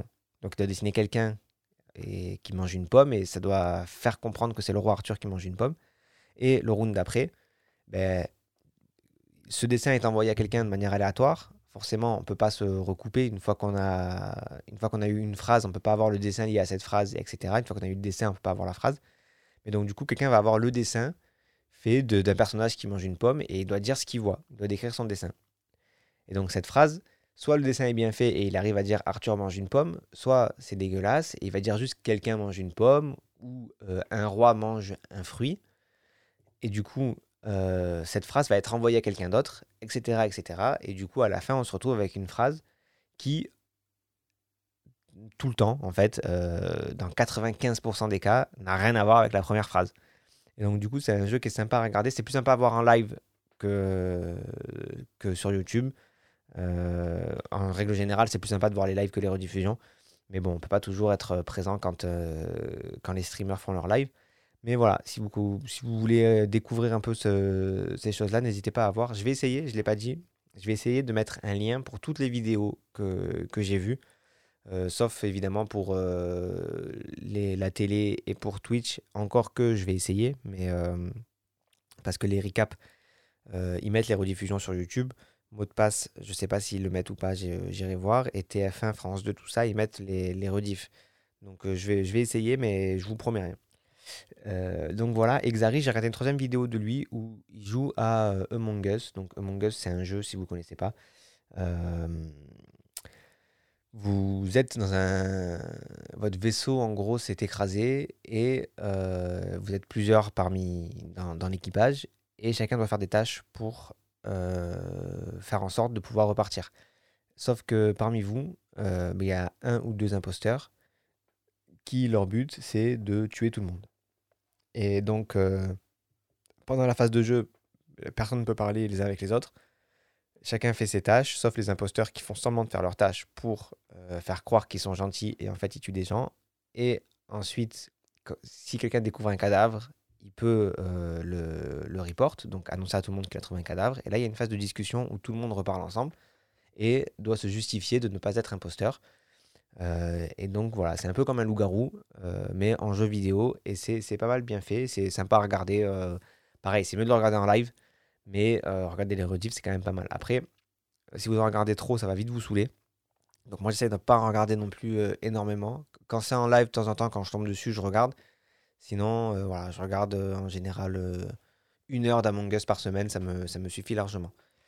Donc il doit dessiner quelqu'un et qui mange une pomme et ça doit faire comprendre que c'est le roi Arthur qui mange une pomme. Et le round d'après, ben, ce dessin est envoyé à quelqu'un de manière aléatoire. Forcément, on ne peut pas se recouper. Une fois qu'on a, une fois qu'on a eu une phrase, on ne peut pas avoir le dessin lié à cette phrase, et cetera. Une fois qu'on a eu le dessin, on ne peut pas avoir la phrase. Mais donc, du coup, quelqu'un va avoir le dessin fait de- d'un personnage qui mange une pomme et il doit dire ce qu'il voit. Il doit décrire son dessin. Et donc, cette phrase, soit le dessin est bien fait et il arrive à dire Arthur mange une pomme, soit c'est dégueulasse et il va dire juste quelqu'un mange une pomme ou euh, un roi mange un fruit. Et du coup, euh, cette phrase va être envoyée à quelqu'un d'autre, et cetera, et cetera. Et du coup, à la fin, on se retrouve avec une phrase qui, tout le temps, en fait, euh, dans quatre-vingt-quinze pour cent des cas, n'a rien à voir avec la première phrase. Et donc, du coup, c'est un jeu qui est sympa à regarder. C'est plus sympa à voir en live que, que sur YouTube. Euh, en règle générale, c'est plus sympa de voir les lives que les rediffusions. Mais bon, on peut pas toujours être présent quand, euh, quand les streamers font leur live. Mais voilà, si vous, si vous voulez euh, découvrir un peu ce- ces choses-là, n'hésitez pas à voir. Je vais essayer, je ne l'ai pas dit, je vais essayer de mettre un lien pour toutes les vidéos que, que j'ai vues, euh, sauf évidemment pour euh, les, la télé et pour Twitch, encore que je vais essayer, mais euh, parce que les recaps, euh, ils mettent les rediffusions sur YouTube. Mot de passe, je ne sais pas s'ils le mettent ou pas, j'ai- j'irai voir. Et T F un, France deux, tout ça, ils mettent les, les rediffs. Donc euh, je vais, je vais essayer, mais je vous promets rien. Euh, donc voilà, Exari, j'ai regardé une troisième vidéo de lui où il joue à euh, Among Us. Donc Among Us, c'est un jeu, si vous ne connaissez pas. Euh, vous êtes dans un... Votre vaisseau, en gros, s'est écrasé et euh, vous êtes plusieurs parmi dans, dans l'équipage et chacun doit faire des tâches pour euh, faire en sorte de pouvoir repartir. Sauf que parmi vous, euh, ben, il y a un ou deux imposteurs qui, leur but, c'est de tuer tout le monde. Et donc, euh, pendant la phase de jeu, personne ne peut parler les uns avec les autres. Chacun fait ses tâches, sauf les imposteurs qui font semblant de faire leurs tâches pour euh, faire croire qu'ils sont gentils et en fait ils tuent des gens. Et ensuite, co- si quelqu'un découvre un cadavre, il peut euh, le, le report, donc annoncer à tout le monde qu'il a trouvé un cadavre. Et là, il y a une phase de discussion où tout le monde reparle ensemble et doit se justifier de ne pas être imposteur. Euh, et donc voilà, c'est un peu comme un loup-garou, euh, mais en jeu vidéo. Et c'est c'est pas mal bien fait, c'est sympa à regarder. Euh, pareil, c'est mieux de le regarder en live, mais euh, regarder les rediffs, c'est quand même pas mal. Après, euh, si vous en regardez trop, ça va vite vous saouler. Donc moi, j'essaie de ne pas en regarder non plus euh, énormément. Quand c'est en live, de temps en temps, quand je tombe dessus, je regarde. Sinon, euh, voilà, je regarde euh, en général euh, une heure d'Among Us par semaine, ça me, ça me suffit largement.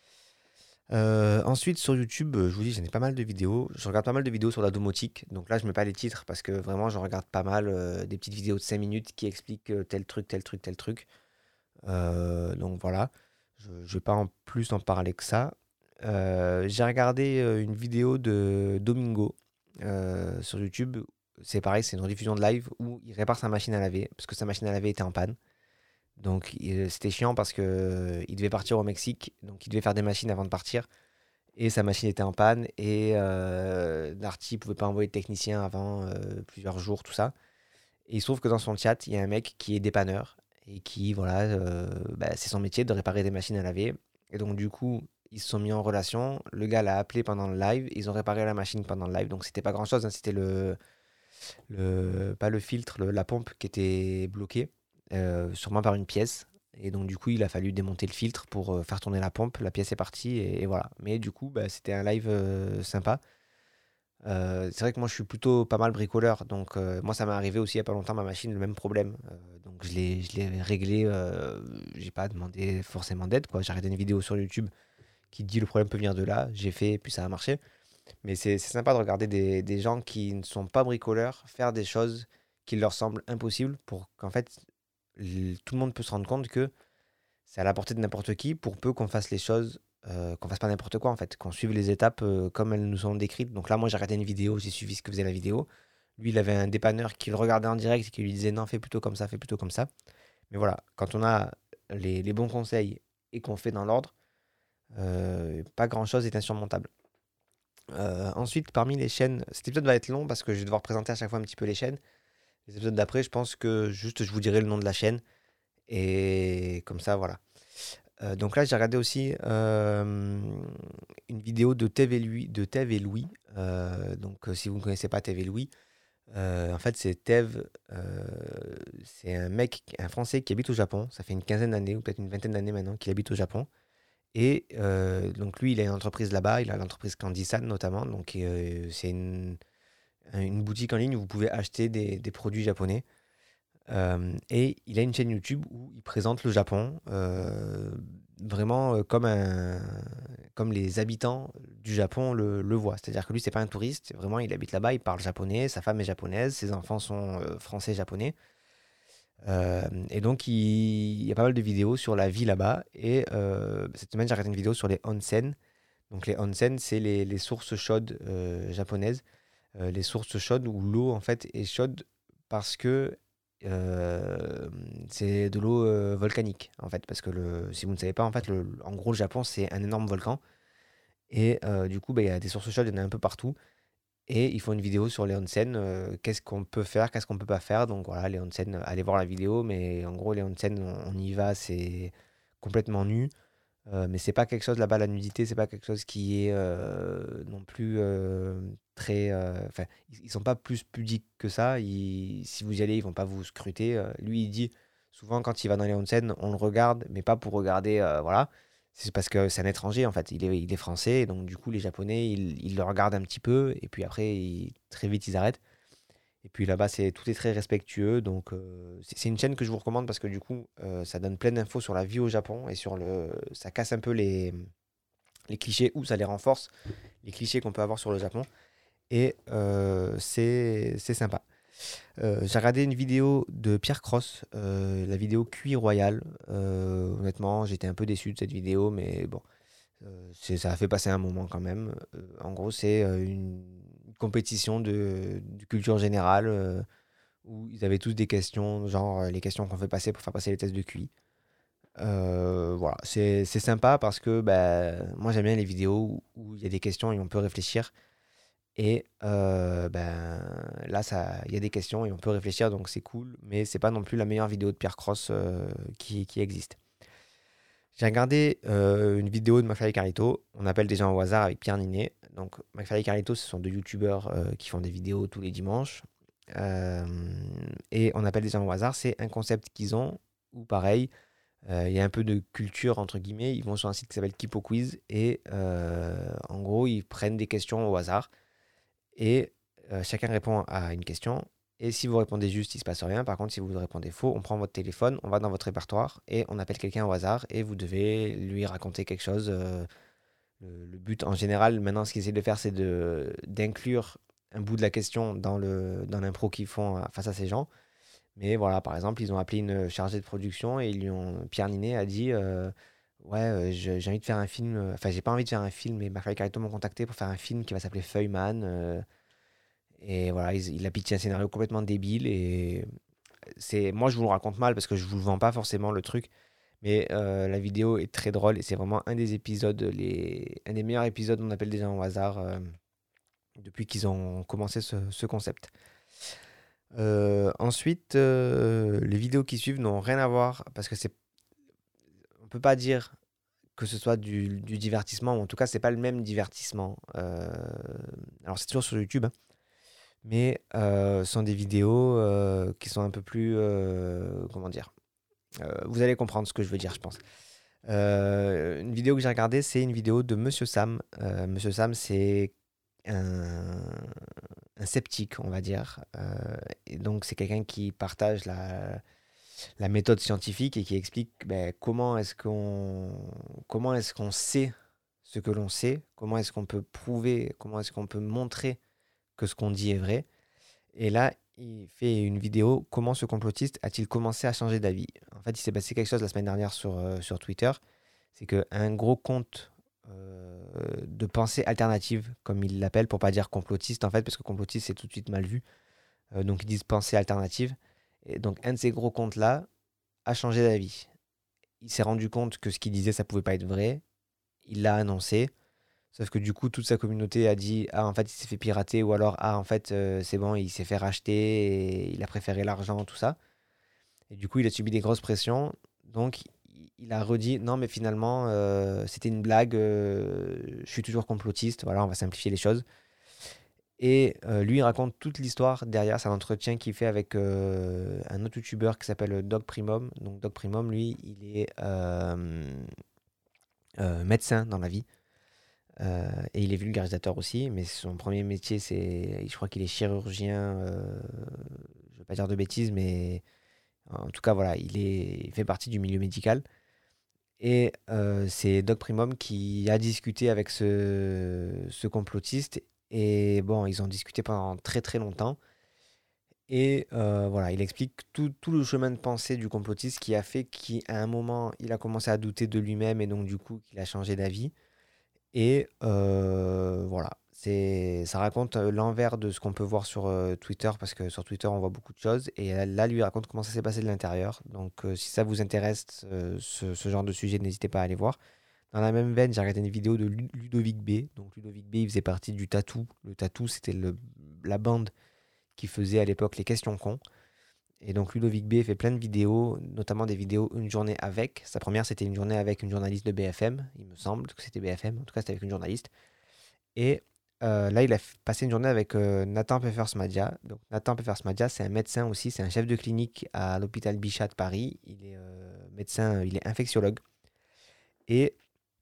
Euh, ensuite, sur YouTube, euh, je vous dis, j'en ai pas mal de vidéos. Je regarde pas mal de vidéos sur la domotique. Donc là, je mets pas les titres parce que vraiment, je regarde pas mal euh, des petites vidéos de cinq minutes qui expliquent euh, tel truc, tel truc, tel truc. Euh, donc voilà, je ne vais pas en plus en parler que ça. Euh, j'ai regardé euh, une vidéo de Domingo euh, sur YouTube. C'est pareil, c'est une rediffusion de live où il répare sa machine à laver parce que sa machine à laver était en panne. Donc il- c'était chiant parce que euh, il devait partir au Mexique, donc il devait faire des machines avant de partir. Et sa machine était en panne et euh, Darty pouvait pas envoyer de technicien avant euh, plusieurs jours, tout ça. Et il se trouve que dans son chat, il y a un mec qui est dépanneur et qui, voilà, euh, bah, c'est son métier de réparer des machines à laver. Et donc, du coup, ils se sont mis en relation. Le gars l'a appelé pendant le live. Ils ont réparé la machine pendant le live. Donc, c'était pas grand chose, hein. C'était le, le, pas le filtre, le- la pompe qui était bloquée, euh, sûrement par une pièce. Et donc, du coup, il a fallu démonter le filtre pour euh, faire tourner la pompe. La pièce est partie et, et voilà. Mais du coup, bah, c'était un live euh, sympa. Euh, c'est vrai que moi je suis plutôt pas mal bricoleur, donc euh, moi ça m'est arrivé aussi il y a pas longtemps ma machine, le même problème. Euh, donc je l'ai, je l'ai réglé, euh, j'ai pas demandé forcément d'aide quoi. J'ai regardé une vidéo sur YouTube qui dit le problème peut venir de là, j'ai fait puis ça a marché. Mais c'est c'est sympa de regarder des, des gens qui ne sont pas bricoleurs faire des choses qui leur semblent impossibles pour qu'en fait l- tout le monde peut se rendre compte que c'est à la portée de n'importe qui pour peu qu'on fasse les choses, euh, qu'on fasse pas n'importe quoi en fait, qu'on suive les étapes euh, comme elles nous sont décrites. Donc là, moi j'ai regardé une vidéo, j'ai suivi ce que faisait la vidéo. Lui, il avait un dépanneur qui le regardait en direct et qui lui disait non, fais plutôt comme ça, fais plutôt comme ça. Mais voilà, quand on a les, les bons conseils et qu'on fait dans l'ordre, euh, pas grand-chose est insurmontable. Euh, ensuite, parmi les chaînes, cet épisode va être long parce que je vais devoir présenter à chaque fois un petit peu les chaînes. Les épisodes d'après, je pense que juste je vous dirai le nom de la chaîne et comme ça, voilà. Euh, donc là, j'ai regardé aussi euh, une vidéo de Tev et Louis. De Tev et Louis. Euh, donc, euh, si vous ne connaissez pas Tev et Louis, euh, en fait, c'est Tev. euh, c'est un mec, un Français qui habite au Japon. Ça fait une quinzaine d'années, ou peut-être une vingtaine d'années maintenant, qu'il habite au Japon. Et euh, donc, lui, il a une entreprise là-bas. Il a l'entreprise Candysan, notamment. Donc, euh, c'est une, une boutique en ligne où vous pouvez acheter des, des produits japonais. Euh, et il a une chaîne YouTube où il présente le Japon euh, vraiment euh, comme, un, comme les habitants du Japon le, le voient. C'est-à-dire que lui, c'est pas un touriste, vraiment, il habite là-bas, il parle japonais, sa femme est japonaise, ses enfants sont euh, français-japonais. Euh, et donc, il, il y a pas mal de vidéos sur la vie là-bas. Et euh, cette semaine, j'ai regardé une vidéo sur les onsen. Donc, les onsen, c'est les, les sources chaudes euh, japonaises. Euh, les sources chaudes où l'eau, en fait, est chaude parce que euh, c'est de l'eau euh, volcanique, en fait. Parce que le, si vous ne savez pas, en fait, le, en gros, le Japon, c'est un énorme volcan. Et euh, du coup, bah, il y a des sources chaudes, il y en a un peu partout. Et ils font une vidéo sur les onsen. Euh, qu'est-ce qu'on peut faire, qu'est-ce qu'on peut pas faire. Donc voilà, les onsen, euh, allez voir la vidéo. Mais en gros, les onsen, on, on y va, c'est complètement nu. Euh, mais c'est pas quelque chose là-bas, la nudité, c'est pas quelque chose qui est euh, non plus euh, très. euh, Enfin, ils, ils sont pas plus pudiques que ça. Ils- si vous y allez, ils vont pas vous scruter. Euh, lui, il dit souvent quand il va dans les onsen, on le regarde, mais pas pour regarder. Euh, voilà. C'est parce que c'est un étranger en fait. Il est, il est français, et donc du coup, les Japonais, ils, ils le regardent un petit peu, et puis après, ils- très vite, ils arrêtent. Et puis là-bas, c'est, tout est très respectueux. Donc, euh, c'est c'est une chaîne que je vous recommande parce que du coup, euh, ça donne plein d'infos sur la vie au Japon et sur le. Ça casse un peu les, les clichés ou ça les renforce, les clichés qu'on peut avoir sur le Japon. Et euh, c'est c'est sympa. Euh, j'ai regardé une vidéo de Pierre Cross, euh, la vidéo Cuit Royal. Euh, honnêtement, j'étais un peu déçu de cette vidéo, mais bon, euh, c'est- ça a fait passer un moment quand même. Euh, en gros, c'est euh, une compétition de, de culture générale. Euh, où ils avaient tous des questions, genre euh, les questions qu'on fait passer pour faire passer les tests de Q I. Euh, voilà, c'est c'est sympa parce que bah, moi j'aime bien les vidéos où où il y a des questions et on peut réfléchir. Et euh, ben, là, ça, il y a des questions et on peut réfléchir, donc c'est cool. Mais c'est pas non plus la meilleure vidéo de Pierre Cross euh, qui, qui existe. J'ai regardé euh, une vidéo de McFly et Carlito. On appelle des gens au hasard avec Pierre Ninet. Donc McFly et Carlito, ce sont deux youtubeurs euh, qui font des vidéos tous les dimanches. Euh, et on appelle des gens au hasard, c'est un concept qu'ils ont, ou pareil, euh, il y a un peu de culture, entre guillemets, ils vont sur un site qui s'appelle Kipo Quiz, et euh, en gros, ils prennent des questions au hasard, et euh, chacun répond à une question, et si vous répondez juste, il ne se passe rien. Par contre, si vous répondez faux, on prend votre téléphone, on va dans votre répertoire, et on appelle quelqu'un au hasard, et vous devez lui raconter quelque chose. euh, le, le but, en général, maintenant, ce qu'ils essaient de faire, c'est de, d'inclure un bout de la question dans le, dans l'impro qu'ils font euh, face à ces gens. Mais voilà, par exemple, ils ont appelé une chargée de production et ils lui ont, Pierre Ninet a dit euh, ouais, euh, je- j'ai envie de faire un film. euh, Enfin, j'ai pas envie de faire un film, mais McFly et Carlito m'ont contacté pour faire un film qui va s'appeler Feuilleman. euh, et voilà, ils- il a pitché un scénario complètement débile. Et c'est, moi, je vous le raconte mal parce que je vous le vends pas forcément le truc. Mais euh, la vidéo est très drôle et c'est vraiment un des épisodes, les, un des meilleurs épisodes, on appelle des gens au hasard, euh, depuis qu'ils ont commencé ce, ce concept. Euh, ensuite, euh, les vidéos qui suivent n'ont rien à voir parce que c'est, on peut pas dire que ce soit du, du divertissement, ou en tout cas, c'est pas le même divertissement. Euh, alors, c'est toujours sur YouTube, hein, mais euh, ce sont des vidéos euh, qui sont un peu plus, euh, comment dire, euh, vous allez comprendre ce que je veux dire, je pense. Euh, une vidéo que j'ai regardée, c'est une vidéo de Monsieur Sam. Euh, Monsieur Sam, c'est un, un sceptique, on va dire. Euh, et donc, c'est quelqu'un qui partage la, la méthode scientifique et qui explique ben, comment est-ce qu'on comment est-ce qu'on sait ce que l'on sait, comment est-ce qu'on peut prouver, comment est-ce qu'on peut montrer que ce qu'on dit est vrai. Et là, il fait une vidéo, comment ce complotiste a-t-il commencé à changer d'avis? En fait, il s'est passé quelque chose la semaine dernière sur, euh, sur Twitter, c'est qu'un gros compte euh, de pensée alternative, comme il l'appelle, pour pas dire complotiste en fait, parce que complotiste c'est tout de suite mal vu. Euh, donc ils disent pensée alternative. Et donc un de ces gros comptes-là a changé d'avis. Il s'est rendu compte que ce qu'il disait, ça pouvait pas être vrai. Il l'a annoncé. Sauf que du coup, toute sa communauté a dit ah, en fait, il s'est fait pirater, ou alors ah, en fait, euh, c'est bon, il s'est fait racheter et il a préféré l'argent, tout ça. Et du coup, il a subi des grosses pressions. Donc, il a redit non, mais finalement, euh, c'était une blague, euh, je suis toujours complotiste. Voilà, on va simplifier les choses. Et euh, lui, il raconte toute l'histoire derrière. C'est un entretien qu'il fait avec euh, un autre youtubeur qui s'appelle Doc Primum. Donc, Doc Primum, lui, il est euh, euh, médecin dans la vie. Euh, et il est vulgarisateur aussi. Mais son premier métier, c'est. Je crois qu'il est chirurgien. Euh, je ne veux pas dire de bêtises, mais en tout cas, voilà, il, est, il fait partie du milieu médical. Et euh, c'est Doc Primum qui a discuté avec ce, ce complotiste. Et bon, ils ont discuté pendant très très longtemps. Et euh, voilà, il explique tout, tout le chemin de pensée du complotiste qui a fait qu'à un moment, il a commencé à douter de lui-même et donc du coup, qu'il a changé d'avis. Et euh, voilà, c'est, ça raconte euh, l'envers de ce qu'on peut voir sur euh, Twitter, parce que sur Twitter, on voit beaucoup de choses. Et là, là, lui il raconte comment ça s'est passé de l'intérieur. Donc, euh, si ça vous intéresse, euh, ce, ce genre de sujet, n'hésitez pas à aller voir. Dans la même veine, j'ai regardé une vidéo de Lu- Ludovic B. Donc, Ludovic B, il faisait partie du Tatou. Le Tatou, c'était le, la bande qui faisait à l'époque les questions cons. Et donc, Ludovic B fait plein de vidéos, notamment des vidéos Une journée avec. Sa première, c'était une journée avec une journaliste de B F M. Il me semble que c'était B F M. En tout cas, c'était avec une journaliste. Et euh, là, il a f- passé une journée avec euh, Nathan Peffersmadia. Donc, Nathan Peffersmadia, c'est un médecin aussi, c'est un chef de clinique à l'hôpital Bichat de Paris. Il est euh, médecin, il est infectiologue. Et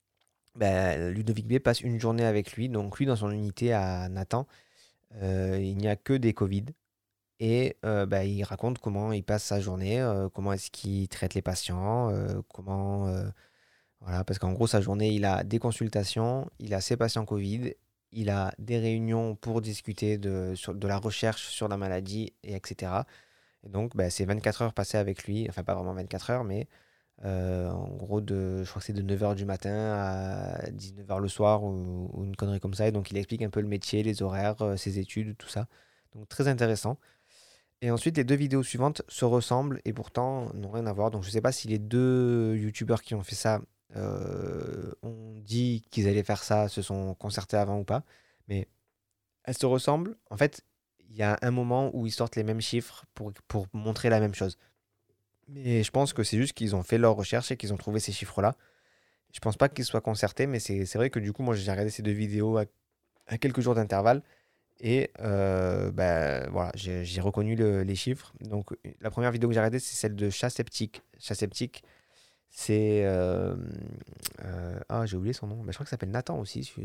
ben, Ludovic B passe une journée avec lui. Donc, lui, dans son unité à Nathan, euh, il n'y a que des Covid. Et euh, ben, il raconte comment il passe sa journée, euh, comment est-ce qu'il traite les patients, euh, comment. euh, Voilà, parce qu'en gros, sa journée, il a des consultations, il a ses patients Covid, il a des réunions pour discuter de, sur- de la recherche sur la maladie, et etc. Et donc, bah, c'est vingt-quatre heures passées avec lui, enfin pas vraiment vingt-quatre heures, mais euh, en gros, de, je crois que c'est de neuf heures du matin à dix-neuf heures le soir ou, ou une connerie comme ça. Et donc, il explique un peu le métier, les horaires, euh, ses études, tout ça. Donc, très intéressant. Et ensuite, les deux vidéos suivantes se ressemblent et pourtant n'ont rien à voir. Donc, je ne sais pas si les deux youtubeurs qui ont fait ça euh, ont dit qu'ils allaient faire ça, se sont concertés avant ou pas. Mais elles se ressemblent. En fait, il y a un moment où ils sortent les mêmes chiffres pour, pour montrer la même chose. Mais je pense que c'est juste qu'ils ont fait leur recherche et qu'ils ont trouvé ces chiffres-là. Je pense pas qu'ils soient concertés, mais c'est c'est vrai que du coup, moi, j'ai regardé ces deux vidéos à, à quelques jours d'intervalle. Et euh, bah, voilà, j'ai j'ai reconnu le- les chiffres. Donc, la première vidéo que j'ai regardée, c'est celle de Chat Sceptique. Chat Sceptique, c'est. euh, euh, ah, j'ai oublié son nom. Bah, je crois qu'il s'appelle Nathan aussi. je-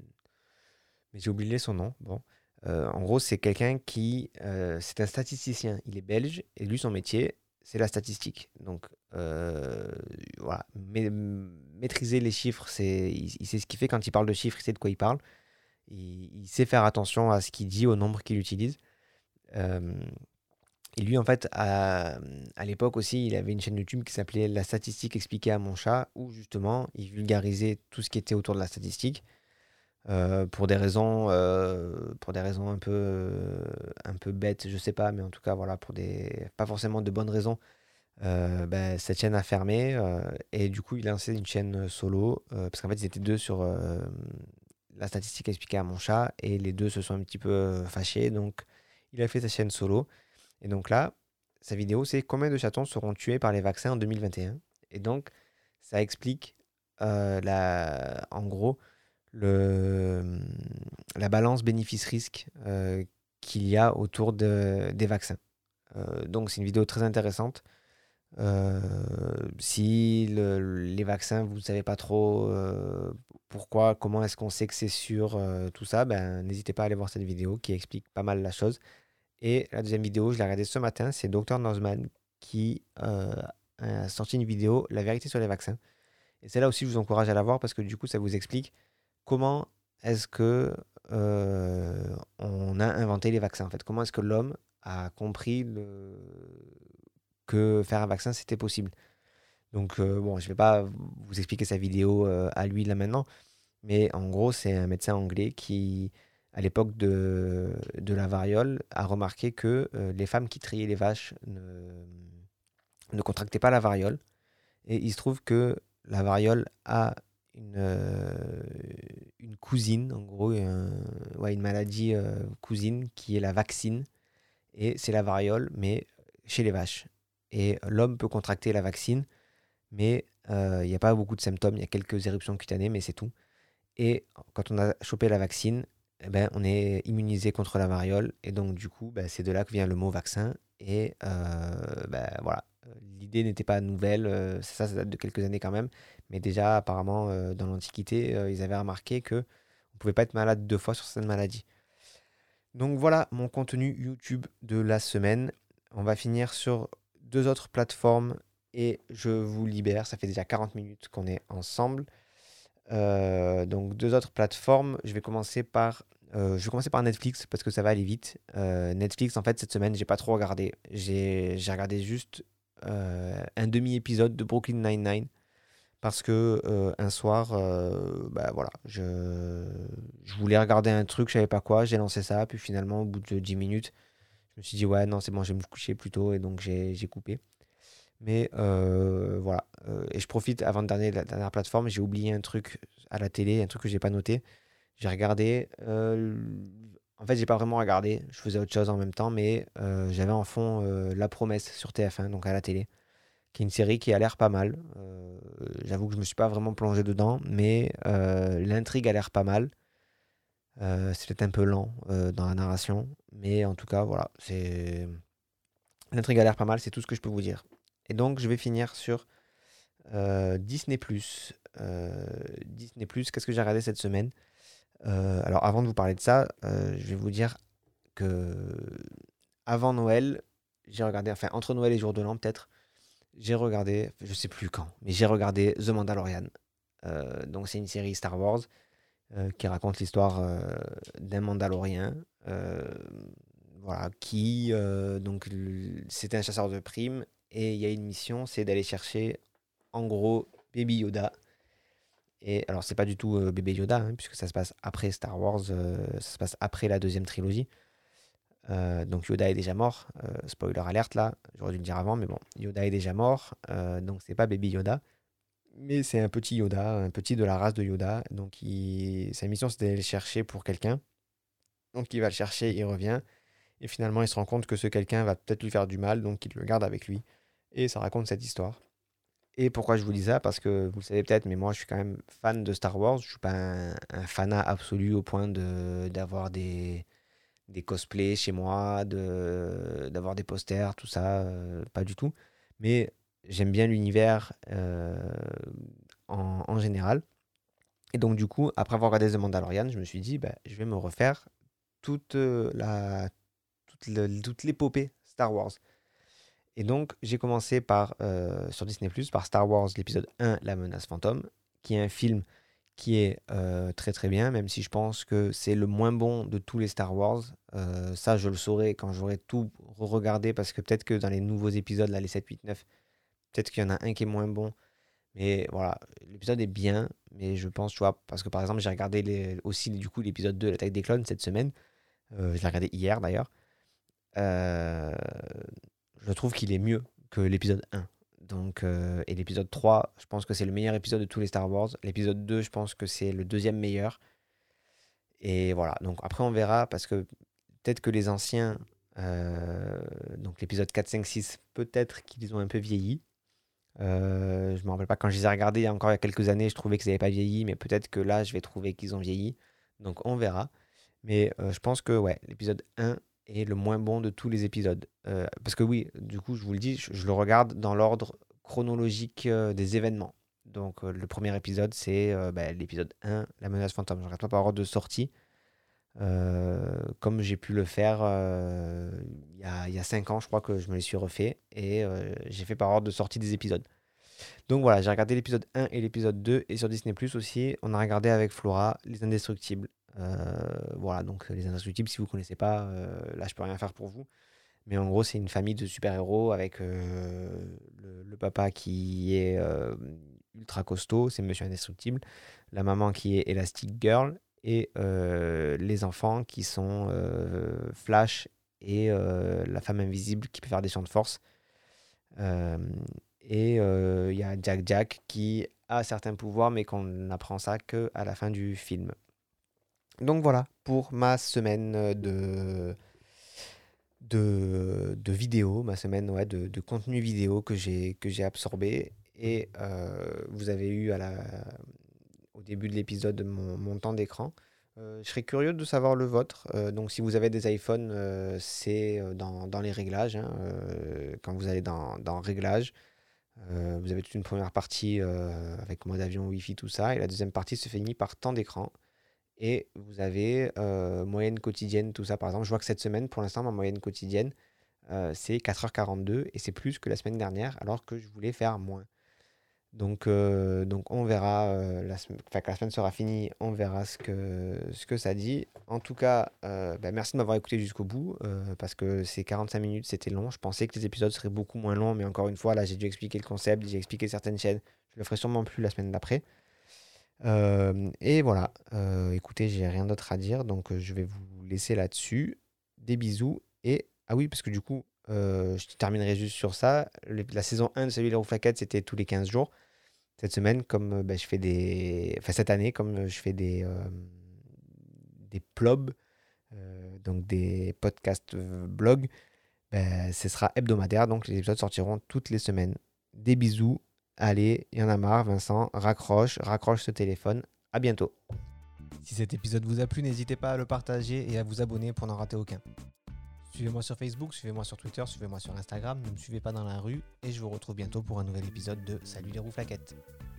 Mais j'ai oublié son nom. Bon. Euh, en gros, c'est quelqu'un qui. euh, c'est un statisticien. Il est belge et lui, son métier, c'est la statistique. Donc, euh, voilà. Mais, maîtriser les chiffres, c'est, il, il sait ce qu'il fait quand il parle de chiffres, il sait de quoi il parle. Il, il sait faire attention à ce qu'il dit, au nombre qu'il utilise. Euh, et lui, en fait, à, à l'époque aussi, il avait une chaîne YouTube qui s'appelait La statistique expliquée à mon chat, où justement, il vulgarisait tout ce qui était autour de la statistique, euh, pour des raisons, euh, pour des raisons un peu, euh, un peu bêtes, je sais pas, mais en tout cas, voilà, pour des, pas forcément de bonnes raisons. Euh, ben, cette chaîne a fermé, euh, et du coup, il a lancé une chaîne solo, euh, parce qu'en fait, ils étaient deux sur euh, la statistique expliquée à mon chat, et les deux se sont un petit peu euh, fâchés, donc il a fait sa chaîne solo. Et donc là, sa vidéo, c'est combien de chatons seront tués par les vaccins en deux mille vingt et un. Et un. Et donc, ça explique euh, la, en gros le, la balance bénéfice-risque euh, qu'il y a autour de- des vaccins. Euh, donc, c'est une vidéo très intéressante. Euh, si le- les vaccins, vous ne savez pas trop euh, pourquoi, comment est-ce qu'on sait que c'est sûr, euh, tout ça, ben, n'hésitez pas à aller voir cette vidéo qui explique pas mal la chose. Et la deuxième vidéo, je l'ai regardée ce matin, c'est docteur Nozman qui euh, a sorti une vidéo, La vérité sur les vaccins. Et celle-là aussi, je vous encourage à la voir parce que du coup, ça vous explique comment est-ce que euh, on a inventé les vaccins. En fait, comment est-ce que l'homme a compris le- que faire un vaccin, c'était possible. Donc, euh, bon, je ne vais pas vous expliquer sa vidéo euh, à lui là maintenant, mais en gros, c'est un médecin anglais qui, à l'époque de, de la variole, a remarqué que euh, les femmes qui triaient les vaches ne, ne contractaient pas la variole. Et il se trouve que la variole a une, euh, une cousine, en gros, un- ouais, une maladie euh, cousine qui est la vaccine. Et c'est la variole, mais chez les vaches. Et l'homme peut contracter la vaccine, mais Il n'y a pas beaucoup de symptômes, il y a quelques éruptions cutanées, mais c'est tout. Et quand on a chopé la vaccine, eh ben, on est immunisé contre la variole. Et donc, du coup, ben, c'est de là que vient le mot vaccin. Et euh, ben, voilà, l'idée n'était pas nouvelle. euh, ça, ça date de quelques années quand même. Mais déjà, apparemment, euh, dans l'Antiquité, euh, ils avaient remarqué que on pouvait pas être malade deux fois sur cette maladie. Donc voilà mon contenu YouTube de la semaine. On va finir sur deux autres plateformes et je vous libère. Ça fait déjà quarante minutes qu'on est ensemble. Euh, donc deux autres plateformes. Je vais commencer par, euh, je vais commencer par Netflix parce que ça va aller vite. Euh, Netflix, en fait, cette semaine, j'ai pas trop regardé. J'ai, j'ai regardé juste euh, un demi-épisode de Brooklyn Nine-Nine parce que euh, un soir, euh, bah voilà, je, je voulais regarder un truc, je savais pas quoi, j'ai lancé ça, puis finalement, au bout de dix minutes, je me suis dit, ouais, non, c'est bon, je vais me coucher plus tôt, et donc j'ai j'ai coupé. Mais euh, voilà. Euh, et je profite avant de dernier, la dernière plateforme. J'ai oublié un truc à la télé, un truc que j'ai pas noté. J'ai regardé. Euh, en fait, j'ai pas vraiment regardé. Je faisais autre chose en même temps, mais euh, j'avais en fond euh, La Promesse sur T F un, donc à la télé, qui est une série qui a l'air pas mal. Euh, j'avoue que je me suis pas vraiment plongé dedans, mais euh, l'intrigue a l'air pas mal. Euh, c'est peut-être un peu lent euh, dans la narration, mais en tout cas, voilà, c'est l'intrigue a l'air pas mal. C'est tout ce que je peux vous dire. Et donc, je vais finir sur Euh, Disney+. Euh, Disney+, qu'est-ce que j'ai regardé cette semaine? Euh, alors avant de vous parler de ça, euh, je vais vous dire que avant Noël, j'ai regardé, enfin entre Noël et Jour de l'An peut-être, j'ai regardé, je sais plus quand, mais j'ai regardé The Mandalorian. Euh, donc c'est une série Star Wars euh, qui raconte l'histoire euh, d'un Mandalorien, euh, voilà, qui euh, donc l- c'était un chasseur de primes et il y a une mission, c'est d'aller chercher en gros Baby Yoda. Et alors, c'est pas du tout euh, bébé Yoda, hein, puisque ça se passe après Star Wars, euh, ça se passe après la deuxième trilogie. Euh, donc Yoda est déjà mort. Euh, spoiler alerte là, j'aurais dû le dire avant, mais bon, Yoda est déjà mort. Euh, donc c'est pas Baby Yoda, mais c'est un petit Yoda, un petit de la race de Yoda. Donc il... sa mission c'est d'aller le chercher pour quelqu'un. Donc il va le chercher, il revient. Et finalement il se rend compte que ce quelqu'un va peut-être lui faire du mal, donc il le garde avec lui. Et ça raconte cette histoire. Et pourquoi je vous dis ça? Parce que vous le savez peut-être, mais moi je suis quand même fan de Star Wars. Je suis pas un, un fanat absolu au point de d'avoir des, des cosplays chez moi, de, d'avoir des posters, tout ça, euh, pas du tout. Mais j'aime bien l'univers euh, en, en général. Et donc du coup, après avoir regardé The Mandalorian, je me suis dit, bah, je vais me refaire toute euh, la, toute le- toute l'épopée Star Wars. Et donc, j'ai commencé par, euh, sur Disney+, par Star Wars, l'épisode un, La menace fantôme, qui est un film qui est euh, très très bien, même si je pense que c'est le moins bon de tous les Star Wars. Euh, ça, je le saurai quand j'aurai tout regardé, parce que peut-être que dans les nouveaux épisodes, là, les sept, huit, neuf, peut-être qu'il y en a un qui est moins bon. Mais voilà, l'épisode est bien, mais je pense, tu vois, parce que par exemple, j'ai regardé les- aussi du coup l'épisode deux, L'attaque des clones, cette semaine. Euh, je l'ai regardé hier d'ailleurs. Euh, je trouve qu'il est mieux que l'épisode un. Donc, euh, et l'épisode trois, je pense que c'est le meilleur épisode de tous les Star Wars. L'épisode deux, je pense que c'est le deuxième meilleur. Et voilà, donc après on verra, parce que peut-être que les anciens, euh, donc l'épisode quatre, cinq, six, peut-être qu'ils ont un peu vieilli. Euh, je me rappelle pas, quand je les ai regardés il y a encore il y a quelques années, je trouvais qu'ils n'avaient pas vieilli, mais peut-être que là, je vais trouver qu'ils ont vieilli. Donc on verra. Mais euh, je pense que ouais, l'épisode un est le moins bon de tous les épisodes. Euh, parce que oui, du coup, je vous le dis, je, je le regarde dans l'ordre chronologique euh, des événements. Donc euh, le premier épisode, c'est euh, bah, l'épisode un, La menace fantôme. Je regarde pas par ordre de sortie, euh, comme j'ai pu le faire euh, il y a, il y a cinq ans, je crois que je me les suis refait. Et euh, j'ai fait par ordre de sortie des épisodes. Donc voilà, j'ai regardé l'épisode un et l'épisode deux. Et sur Disney Plus aussi, on a regardé avec Flora Les Indestructibles. Euh, voilà, donc Les Indestructibles, si vous ne connaissez pas, euh, là je peux rien faire pour vous. Mais en gros, c'est une famille de super-héros avec euh, le, le papa qui est euh, ultra costaud, c'est Monsieur Indestructible. La maman qui est Elastic Girl. Et euh, les enfants qui sont euh, Flash et euh, la femme invisible qui peut faire des champs de force. Euh, et euh, il y a Jack Jack qui a certains pouvoirs, mais qu'on n'apprend ça que à la fin du film. Donc voilà pour ma semaine de, de, de vidéos, ma semaine ouais, de, de contenu vidéo que j'ai, que j'ai absorbé. et euh, vous avez eu à la, au début de l'épisode mon, mon temps d'écran. Euh, je serais curieux de savoir le vôtre. Euh, donc, si vous avez des iPhones, euh, c'est euh, dans, dans les réglages, hein. Euh, quand vous allez dans, dans Réglages, euh, vous avez toute une première partie euh, avec mode avion, Wi-Fi, tout ça. Et la deuxième partie se finit par temps d'écran. Et vous avez euh, moyenne quotidienne, tout ça. Par exemple, je vois que cette semaine, pour l'instant, ma moyenne quotidienne, euh, c'est quatre heures quarante-deux. Et c'est plus que la semaine dernière, alors que je voulais faire moins. Donc, euh, donc on verra, euh, la, sem- enfin, quand la semaine sera finie, on verra ce que, ce que ça dit. En tout cas, euh, bah, merci de m'avoir écouté jusqu'au bout, euh, parce que ces quarante-cinq minutes, c'était long. Je pensais que les épisodes seraient beaucoup moins longs, mais encore une fois, là, j'ai dû expliquer le concept, j'ai expliqué certaines chaînes. Je le ferai sûrement plus la semaine d'après. Euh, et voilà, Euh, écoutez, j'ai rien d'autre à dire, donc euh, je vais vous laisser là-dessus. Des bisous, et ah oui, parce que du coup, euh, je terminerai juste sur ça. Le- la saison un de Salut les Rouflaquettes, c'était tous les quinze jours. Cette semaine, comme euh, bah, je fais des. Enfin, cette année, comme euh, je fais des, euh, des plobs, euh, donc des podcasts euh, blogs, ben, ce sera hebdomadaire, donc les épisodes sortiront toutes les semaines. Des bisous. Allez, il y en a marre, Vincent. Raccroche, raccroche ce téléphone. À bientôt. Si cet épisode vous a plu, n'hésitez pas à le partager et à vous abonner pour n'en rater aucun. Suivez-moi sur Facebook, suivez-moi sur Twitter, suivez-moi sur Instagram, ne me suivez pas dans la rue et je vous retrouve bientôt pour un nouvel épisode de Salut les Rouflaquettes.